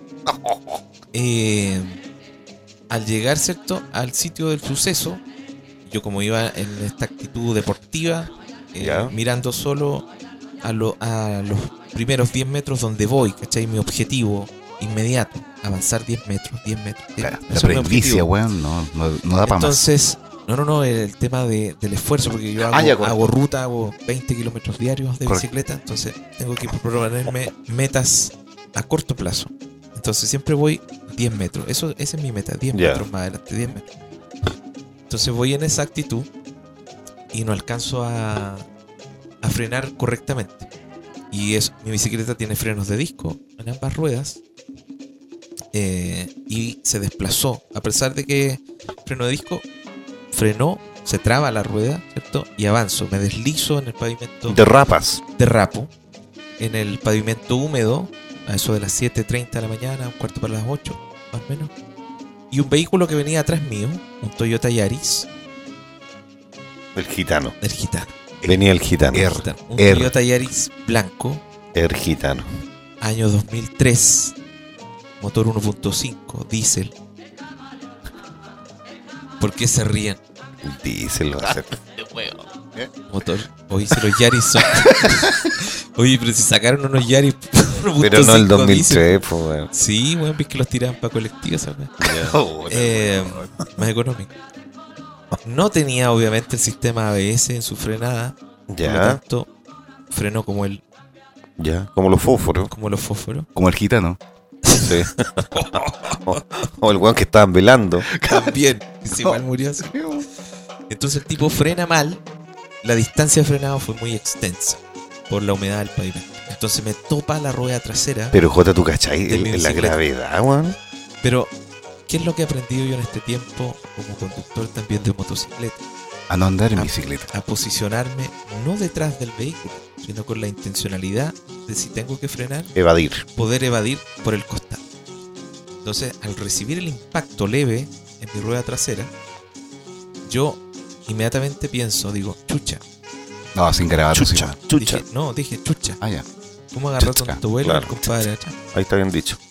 Speaker 2: Eh, al llegar, ¿cierto?, al sitio del suceso, yo como iba en esta actitud deportiva, eh,
Speaker 1: Ya.
Speaker 2: mirando solo a, lo- a los primeros diez metros donde voy, ¿cachai? Mi objetivo inmediato, avanzar diez metros, diez metros. diez
Speaker 3: Claro,
Speaker 2: metros.
Speaker 3: la
Speaker 2: Ese es mi
Speaker 3: primicia,
Speaker 2: objetivo.
Speaker 3: weón, no, no, no da para más.
Speaker 2: Entonces, No, no, no, el tema de, del esfuerzo, porque yo hago,
Speaker 3: Ah, ya, correcto.
Speaker 2: hago ruta, hago veinte kilómetros diarios de
Speaker 3: Correcto.
Speaker 2: bicicleta, entonces tengo que proponerme metas a corto plazo. Entonces siempre voy diez metros. Eso, esa es mi meta, diez
Speaker 1: Ya.
Speaker 2: metros más adelante, diez metros. Entonces voy en esa actitud y no alcanzo a, a frenar correctamente. Y es, mi bicicleta tiene frenos de disco en ambas ruedas. Eh, y se desplazó. A pesar de que freno de disco frenó, se traba la rueda, ¿cierto? Y avanzo, me deslizo en el pavimento,
Speaker 1: Derrapas.
Speaker 2: derrapo en el pavimento húmedo a eso de las siete treinta de la mañana, un cuarto para las ocho, más o menos. Y un vehículo que venía atrás mío, un Toyota Yaris,
Speaker 1: El gitano.
Speaker 2: del gitano.
Speaker 1: Venía el gitano.
Speaker 3: Er.
Speaker 2: Gitano. Un
Speaker 3: Er.
Speaker 2: Toyota Yaris blanco,
Speaker 1: El gitano.
Speaker 2: año dos mil tres, motor uno punto cinco, diésel. ¿Por qué se ríen?
Speaker 1: Díselo. va a hacer.
Speaker 2: Motor. Oye, si los Yaris son. Oye, pero si sacaron unos Yaris.
Speaker 1: Pero no el dos mil
Speaker 2: diésel.
Speaker 1: tres, pues, weón.
Speaker 2: Sí, weón, ves que los tiraban para colectivos, ¿sabes?
Speaker 3: Oh,
Speaker 2: Eh, más económico. No tenía, obviamente, el sistema A B S en su frenada. Por lo
Speaker 1: Ya,
Speaker 2: tanto, frenó como el,
Speaker 1: ya. Como los fósforos.
Speaker 2: como los fósforos.
Speaker 3: Como el gitano.
Speaker 1: Sí. o, o el weón que estaban velando.
Speaker 2: También. Sí, igual murió así. Entonces el tipo frena mal. La distancia de frenado fue muy extensa por la humedad del pavimento. Entonces me topa la rueda trasera.
Speaker 1: Pero Jota, ¿tú cachai?
Speaker 2: De
Speaker 1: El-
Speaker 2: mi
Speaker 1: la
Speaker 2: bicicleta.
Speaker 1: gravedad, weón.
Speaker 2: Pero, ¿qué es lo que he aprendido yo en este tiempo como conductor también de motocicleta?
Speaker 3: A no andar en
Speaker 2: Ah.
Speaker 3: bicicleta.
Speaker 2: A posicionarme no detrás del vehículo, sino con la intencionalidad de, si tengo que frenar,
Speaker 1: Evadir.
Speaker 2: poder evadir por el costado. Entonces, al recibir el impacto leve en mi rueda trasera, yo inmediatamente pienso, digo, chucha.
Speaker 3: No, sin garabato. sí,
Speaker 1: Chucha,
Speaker 3: weón.
Speaker 1: chucha.
Speaker 2: Dije, no, dije, chucha.
Speaker 3: Ah, ya.
Speaker 2: ¿Cómo agarró
Speaker 3: Chucha,
Speaker 2: tanto vuelo
Speaker 1: claro.
Speaker 2: el compadre atrás?
Speaker 1: Ahí está bien dicho.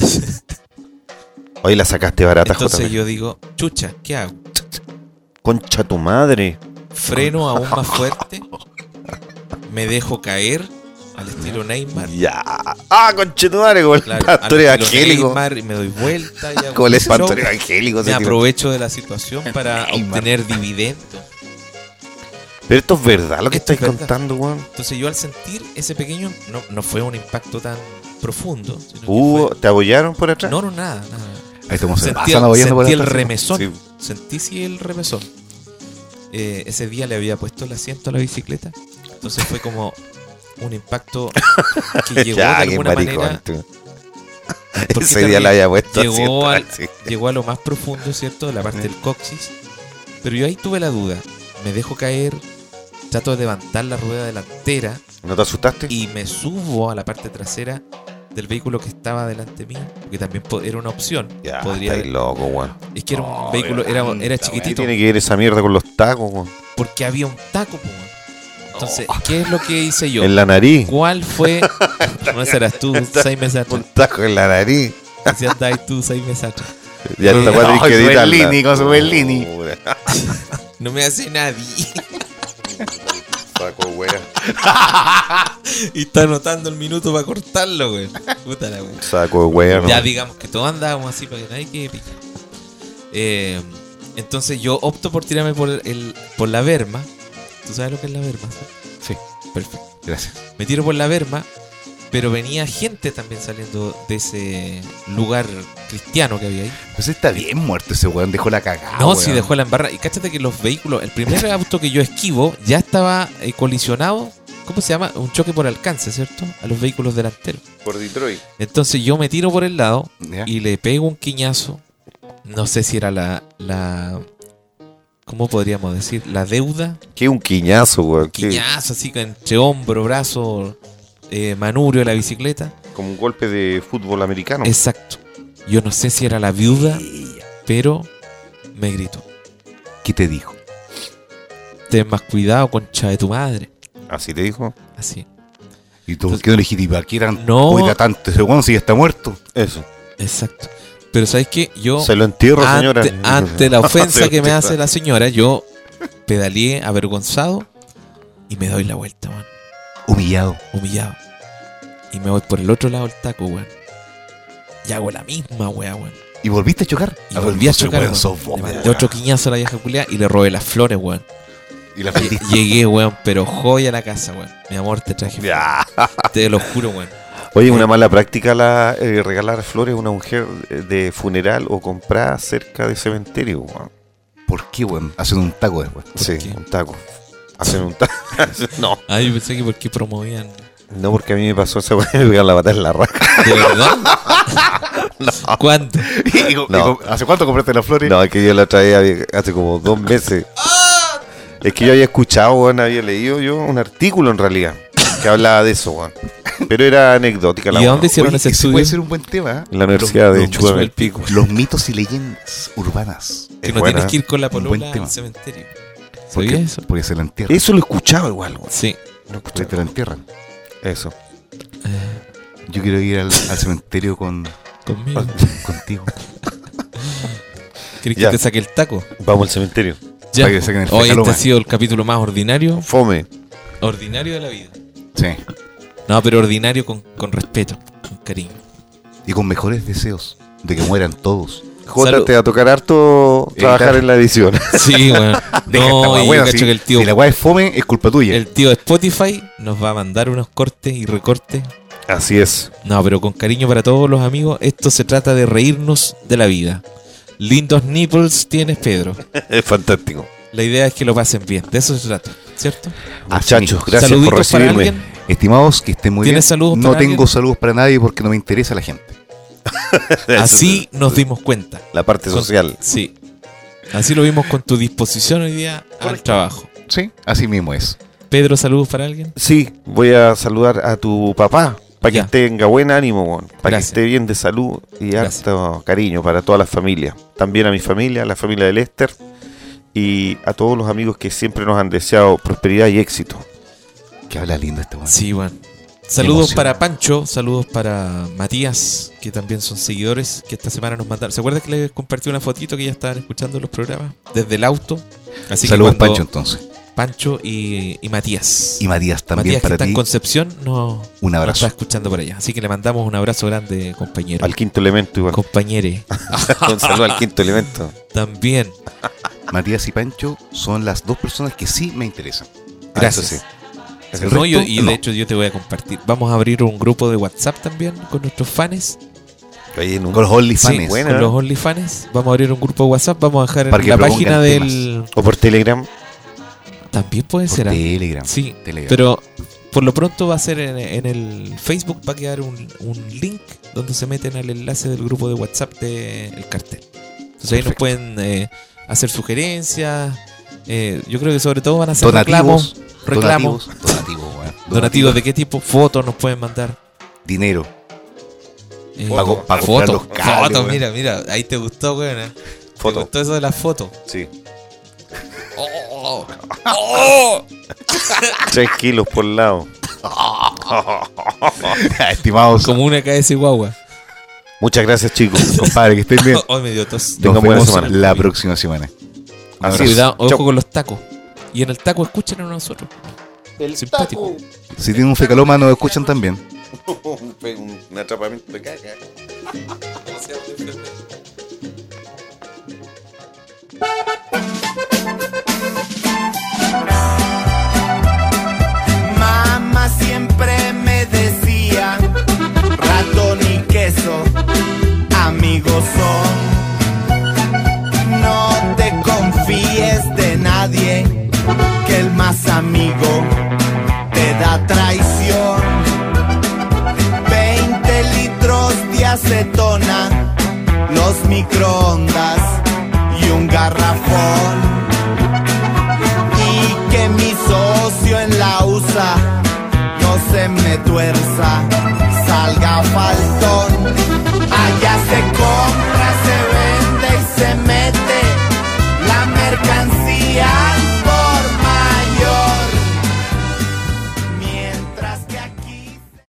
Speaker 1: Hoy la sacaste barata,
Speaker 2: Entonces
Speaker 1: Jota.
Speaker 2: yo digo, chucha, ¿qué hago?
Speaker 1: Concha tu madre.
Speaker 2: Freno aún más fuerte, me dejo caer al estilo Neymar.
Speaker 1: Ya. Ah, concha tu madre, como el
Speaker 2: Claro,
Speaker 1: pastor
Speaker 2: al estilo
Speaker 1: evangélico.
Speaker 2: Neymar, y me doy vuelta y hago
Speaker 1: Como el
Speaker 2: un show.
Speaker 1: pastor evangélico.
Speaker 2: Me
Speaker 1: ese tipo.
Speaker 2: aprovecho de la situación para
Speaker 3: Neymar.
Speaker 2: obtener dividendos.
Speaker 1: Pero esto es verdad lo que
Speaker 2: Esto
Speaker 1: estáis
Speaker 2: es verdad.
Speaker 1: contando, weón.
Speaker 2: Entonces yo al sentir ese pequeño, no, no fue un impacto tan profundo. Sino que
Speaker 1: Hubo,
Speaker 2: fue-
Speaker 1: ¿te apoyaron por atrás?
Speaker 2: no, no, nada, nada.
Speaker 3: Ahí estamos
Speaker 2: Sentí,
Speaker 3: pasando
Speaker 2: el,
Speaker 3: apoyando por
Speaker 2: sentí el
Speaker 3: atrás, sí.
Speaker 2: remesón.
Speaker 1: Sí.
Speaker 2: Sentí sí el remesón. Eh, ese día le había puesto el asiento a la bicicleta. Entonces fue como un impacto que llegó
Speaker 1: Ya,
Speaker 2: de
Speaker 1: qué
Speaker 2: alguna
Speaker 1: maricón,
Speaker 2: manera.
Speaker 1: tú.
Speaker 2: porque
Speaker 1: Ese día
Speaker 2: también
Speaker 1: la había puesto
Speaker 2: llegó
Speaker 1: asiento,
Speaker 2: al-
Speaker 1: sí.
Speaker 2: Llegó a lo más profundo, ¿cierto? De la parte del coxis. Pero yo ahí tuve la duda. Me dejo caer, trato de levantar la rueda delantera
Speaker 1: ¿No te asustaste?
Speaker 2: y me subo a la parte trasera del vehículo que estaba delante mío, porque también po- era una opción.
Speaker 1: Ya,
Speaker 2: Podría
Speaker 1: estáis loco, weón.
Speaker 2: Es que era un
Speaker 3: No,
Speaker 2: vehículo, era,
Speaker 3: levanta,
Speaker 2: era
Speaker 1: ¿Qué
Speaker 2: chiquitito,
Speaker 1: tiene que ver esa mierda con los tacos, weón?
Speaker 2: porque había un taco, po, weón. Entonces, ¿qué es lo que hice yo?
Speaker 1: En la nariz.
Speaker 2: ¿Cuál fue? No serás tú seis meses
Speaker 1: Un
Speaker 2: atrás.
Speaker 1: taco en la nariz.
Speaker 2: Si andáis tú seis meses atrás.
Speaker 1: Ya
Speaker 2: Eh,
Speaker 1: está
Speaker 3: no,
Speaker 1: cuadri que
Speaker 3: su
Speaker 1: editarla.
Speaker 3: Bellini, con su Bellini.
Speaker 1: Pura.
Speaker 2: No me hace nadie.
Speaker 1: Saco, weón.
Speaker 2: Y está anotando el minuto para cortarlo, güey. Puta la güey.
Speaker 1: Saco, weón.
Speaker 2: Ya digamos que todos andábamos así para que nadie quede pica. Eh, entonces yo opto por tirarme por el por la berma. ¿Tú sabes lo que es la berma?
Speaker 3: Sí,
Speaker 2: Perfecto.
Speaker 3: gracias.
Speaker 2: Me tiro por la berma, pero venía gente también saliendo de ese lugar cristiano que había ahí.
Speaker 3: Pues está bien muerto ese weón, dejó la cagada.
Speaker 2: No,
Speaker 3: weón.
Speaker 2: si dejó la embarra. Y cáchate que los vehículos, el primer auto que yo esquivo ya estaba eh, colisionado. ¿Cómo se llama? Un choque por alcance, ¿cierto? A los vehículos delanteros.
Speaker 1: Por Detroit.
Speaker 2: Entonces yo me tiro por el lado
Speaker 3: ¿Ya?
Speaker 2: y le pego un quiñazo. No sé si era la, la ¿cómo podríamos decir? La deuda.
Speaker 1: Qué un quiñazo, weón. Qué-
Speaker 2: Quiñazo, así que entre hombro, brazo, eh, manubrio de la bicicleta.
Speaker 1: Como un golpe de fútbol americano.
Speaker 2: Exacto. Yo no sé si era la viuda, pero me gritó:
Speaker 3: ¿Qué te dijo?
Speaker 2: ten más cuidado, concha de tu madre.
Speaker 1: Así te dijo.
Speaker 2: Así.
Speaker 3: ¿Y tú qué no le dijiste? ¿Para qué eran
Speaker 2: No.
Speaker 3: oiga tanto? Ese weón si ya está muerto.
Speaker 1: Eso.
Speaker 2: Exacto. Pero ¿sabes qué? Yo,
Speaker 1: Se lo entierro, señora.
Speaker 2: ante, ante la ofensa
Speaker 1: Se
Speaker 2: que
Speaker 1: lo
Speaker 2: me
Speaker 1: entierro.
Speaker 2: hace la señora, yo pedaleé avergonzado y me doy la vuelta, weón.
Speaker 3: Humillado.
Speaker 2: Humillado. Y me voy por el otro lado del taco, weón. Y hago la misma, weá, weón.
Speaker 3: ¿Y volviste a chocar?
Speaker 2: Y volví a chocar,
Speaker 3: weón.
Speaker 2: weón.
Speaker 3: Sos vos,
Speaker 2: Le
Speaker 3: weón.
Speaker 2: mandé otro quiñazo a la vieja culiá y le robé las flores, weón.
Speaker 3: Y la vendiste.
Speaker 2: Llegué, weón, pero joya a la casa, weón. Mi amor, te traje flores.
Speaker 1: Ya.
Speaker 2: Te lo juro, weón.
Speaker 1: Oye, una mala práctica la eh, regalar flores a una mujer de funeral o comprar cerca de cementerio, weón.
Speaker 3: ¿Por qué, weón? Hacen un taco después.
Speaker 1: Sí,
Speaker 2: qué?
Speaker 1: un taco. Hacen un taco. No,
Speaker 2: Ah, yo pensé que porque promovían.
Speaker 1: no, porque a mí me pasó esa weá de pegar la patada en la raja.
Speaker 2: ¿De verdad? ¿Cuándo?
Speaker 3: Y- y- y-
Speaker 1: No.
Speaker 3: ¿Hace cuánto compraste las flores?
Speaker 1: No, es que yo la traía hace como dos meses. Es que yo había escuchado, weón, había leído yo un artículo en realidad que hablaba de eso, weón. Pero era anecdótica la
Speaker 2: ¿Y a
Speaker 1: weá.
Speaker 2: dónde hicieron
Speaker 3: Oye,
Speaker 2: ese
Speaker 3: ese
Speaker 2: estudio?
Speaker 3: puede ser un buen tema. ¿eh?
Speaker 1: En la Universidad de
Speaker 3: Los-
Speaker 1: Chúpame el
Speaker 2: el
Speaker 1: Pico.
Speaker 3: Los mitos y leyendas urbanas.
Speaker 2: Que
Speaker 1: Es
Speaker 2: no
Speaker 1: buena.
Speaker 2: tienes que ir con la
Speaker 3: Un buen
Speaker 2: polola
Speaker 3: tema.
Speaker 2: al cementerio.
Speaker 3: Porque,
Speaker 2: ¿Sabías eso?
Speaker 3: porque se la entierran.
Speaker 1: Eso lo escuchaba igual, weón.
Speaker 2: Sí.
Speaker 1: Lo
Speaker 3: Porque te
Speaker 1: escuchaba.
Speaker 3: la entierran.
Speaker 1: Eso.
Speaker 3: Yo quiero ir al, al cementerio con,
Speaker 2: Conmigo.
Speaker 3: contigo.
Speaker 2: ¿Querés que
Speaker 1: Ya.
Speaker 2: te saque el taco?
Speaker 1: Vamos al cementerio.
Speaker 2: Ya.
Speaker 3: Para que saquen el
Speaker 2: Hoy este
Speaker 3: fecaloma.
Speaker 2: ha sido el capítulo más ordinario.
Speaker 1: Fome.
Speaker 2: Ordinario de la vida.
Speaker 3: Sí.
Speaker 2: No, pero ordinario con, con respeto, con cariño.
Speaker 3: Y con mejores deseos de que mueran todos.
Speaker 1: Jota,
Speaker 2: Salud.
Speaker 1: te va a tocar harto trabajar
Speaker 3: Editar.
Speaker 1: en la edición.
Speaker 2: Sí, bueno.
Speaker 3: Deja esta
Speaker 2: No,
Speaker 3: weá
Speaker 2: y
Speaker 3: buena,
Speaker 2: yo cacho
Speaker 3: si,
Speaker 2: que el tío,
Speaker 3: si la weá es fome, es culpa tuya.
Speaker 2: el tío de Spotify nos va a mandar unos cortes y recortes.
Speaker 1: Así es.
Speaker 2: No, pero con cariño para todos los amigos. Esto se trata de reírnos de la vida. Lindos nipples tienes, Pedro.
Speaker 1: Es fantástico.
Speaker 2: La idea es que lo pasen bien. De eso se trata, ¿cierto?
Speaker 1: Muchachos, gracias
Speaker 2: Saluditos
Speaker 1: por
Speaker 2: para
Speaker 1: recibirme.
Speaker 2: alguien.
Speaker 3: Estimados, que estén muy bien.
Speaker 2: ¿Tienes saludos
Speaker 3: No
Speaker 2: para
Speaker 3: tengo
Speaker 2: alguien?
Speaker 3: saludos para nadie porque no me interesa la gente.
Speaker 2: Así nos dimos cuenta.
Speaker 1: La parte
Speaker 2: Con-
Speaker 1: social.
Speaker 2: Sí. Así lo vimos con tu disposición hoy día al trabajo.
Speaker 3: Sí, así mismo es.
Speaker 2: Pedro, saludos para alguien.
Speaker 1: Sí, voy a saludar a tu papá para que
Speaker 2: Ya.
Speaker 1: tenga buen ánimo, weón, para que
Speaker 2: Gracias.
Speaker 1: esté bien de salud y
Speaker 2: Gracias.
Speaker 1: harto cariño para toda la familia. También a mi familia, a la familia de Lester y a todos los amigos que siempre nos han deseado prosperidad y éxito.
Speaker 3: Que habla lindo este weón.
Speaker 2: Sí, bueno. Saludos
Speaker 3: emoción.
Speaker 2: para Pancho, saludos para Matías, que también son seguidores, que esta semana nos mandaron. ¿Se acuerdan que les compartí una fotito que ya estaban escuchando los programas? Desde el auto. Así
Speaker 3: Saludos,
Speaker 2: que cuando-
Speaker 3: Pancho, entonces.
Speaker 2: Pancho y, y Matías.
Speaker 3: Y Matías también
Speaker 2: Matías, que
Speaker 3: para
Speaker 2: está
Speaker 3: ti.
Speaker 2: en Concepción, no,
Speaker 3: Un
Speaker 2: no
Speaker 3: abrazo.
Speaker 2: está escuchando por allá. Así que le mandamos un abrazo grande, compañero.
Speaker 1: Al quinto elemento igual.
Speaker 2: Compañere.
Speaker 1: Un saludo al quinto elemento.
Speaker 2: También.
Speaker 3: Matías y Pancho son las dos personas que sí me interesan.
Speaker 1: Ah,
Speaker 2: Gracias.
Speaker 1: eso sí.
Speaker 3: El
Speaker 2: No, yo-
Speaker 3: resto,
Speaker 2: y de
Speaker 3: no.
Speaker 2: hecho yo te voy a compartir. Vamos a abrir un grupo de WhatsApp también con nuestros fans.
Speaker 1: Oye, en un-
Speaker 3: Con los OnlyFans.
Speaker 2: Sí,
Speaker 1: buena.
Speaker 2: con los OnlyFans. Vamos a abrir un grupo de WhatsApp. Vamos a dejar en
Speaker 3: Para que
Speaker 2: la
Speaker 3: propongan
Speaker 2: página
Speaker 3: temas.
Speaker 2: del...
Speaker 1: O por Telegram.
Speaker 2: También puede
Speaker 3: Por
Speaker 2: ser. ¿ah?
Speaker 3: Telegram.
Speaker 2: Sí,
Speaker 3: Telegram.
Speaker 2: pero por lo pronto va a ser en, en el Facebook. Va a quedar un, un link donde se meten al enlace del grupo de WhatsApp del cartel. Entonces ahí nos
Speaker 3: Perfecto.
Speaker 2: pueden eh, hacer sugerencias. eh, yo creo que sobre todo van a hacer reclamos.
Speaker 3: Donativos.
Speaker 2: Reclamos.
Speaker 3: Donativos. Donativos, weón.
Speaker 2: Donativos de qué tipo, fotos nos pueden mandar.
Speaker 3: Dinero.
Speaker 2: Eh,
Speaker 3: Pa' co- pa' comprar
Speaker 2: fotos,
Speaker 3: los cables,
Speaker 2: fotos,
Speaker 3: weón.
Speaker 2: mira, mira, ahí te gustó, güey. ¿eh? Te
Speaker 1: Foto.
Speaker 2: gustó eso de las fotos.
Speaker 1: Sí.
Speaker 2: Oh, oh.
Speaker 1: Tres kilos por lado.
Speaker 3: Estimados
Speaker 2: Como una K S guagua.
Speaker 1: Muchas gracias, chicos.
Speaker 3: compadre, que estén bien.
Speaker 2: Hoy me dio tos.
Speaker 1: Tengan
Speaker 3: Nos
Speaker 1: buena
Speaker 3: vemos
Speaker 1: semana.
Speaker 3: la próxima semana. Un
Speaker 1: Así
Speaker 3: abrazo.
Speaker 1: es.
Speaker 2: Cuidado, ojo
Speaker 1: Chau.
Speaker 2: con los tacos. Y en el taco escuchen a nosotros.
Speaker 1: El
Speaker 2: Simpático.
Speaker 3: Si tienen un fecaloma, nos escuchan también.
Speaker 1: un, un, un atrapamiento de caca.
Speaker 4: Mamá siempre me decía, ratón y queso, amigos son. No te confíes de nadie, que el más amigo te da traición. Veinte litros de acetona, los microondas y un garrafón. Y que mi socio en la U S A no se me tuerza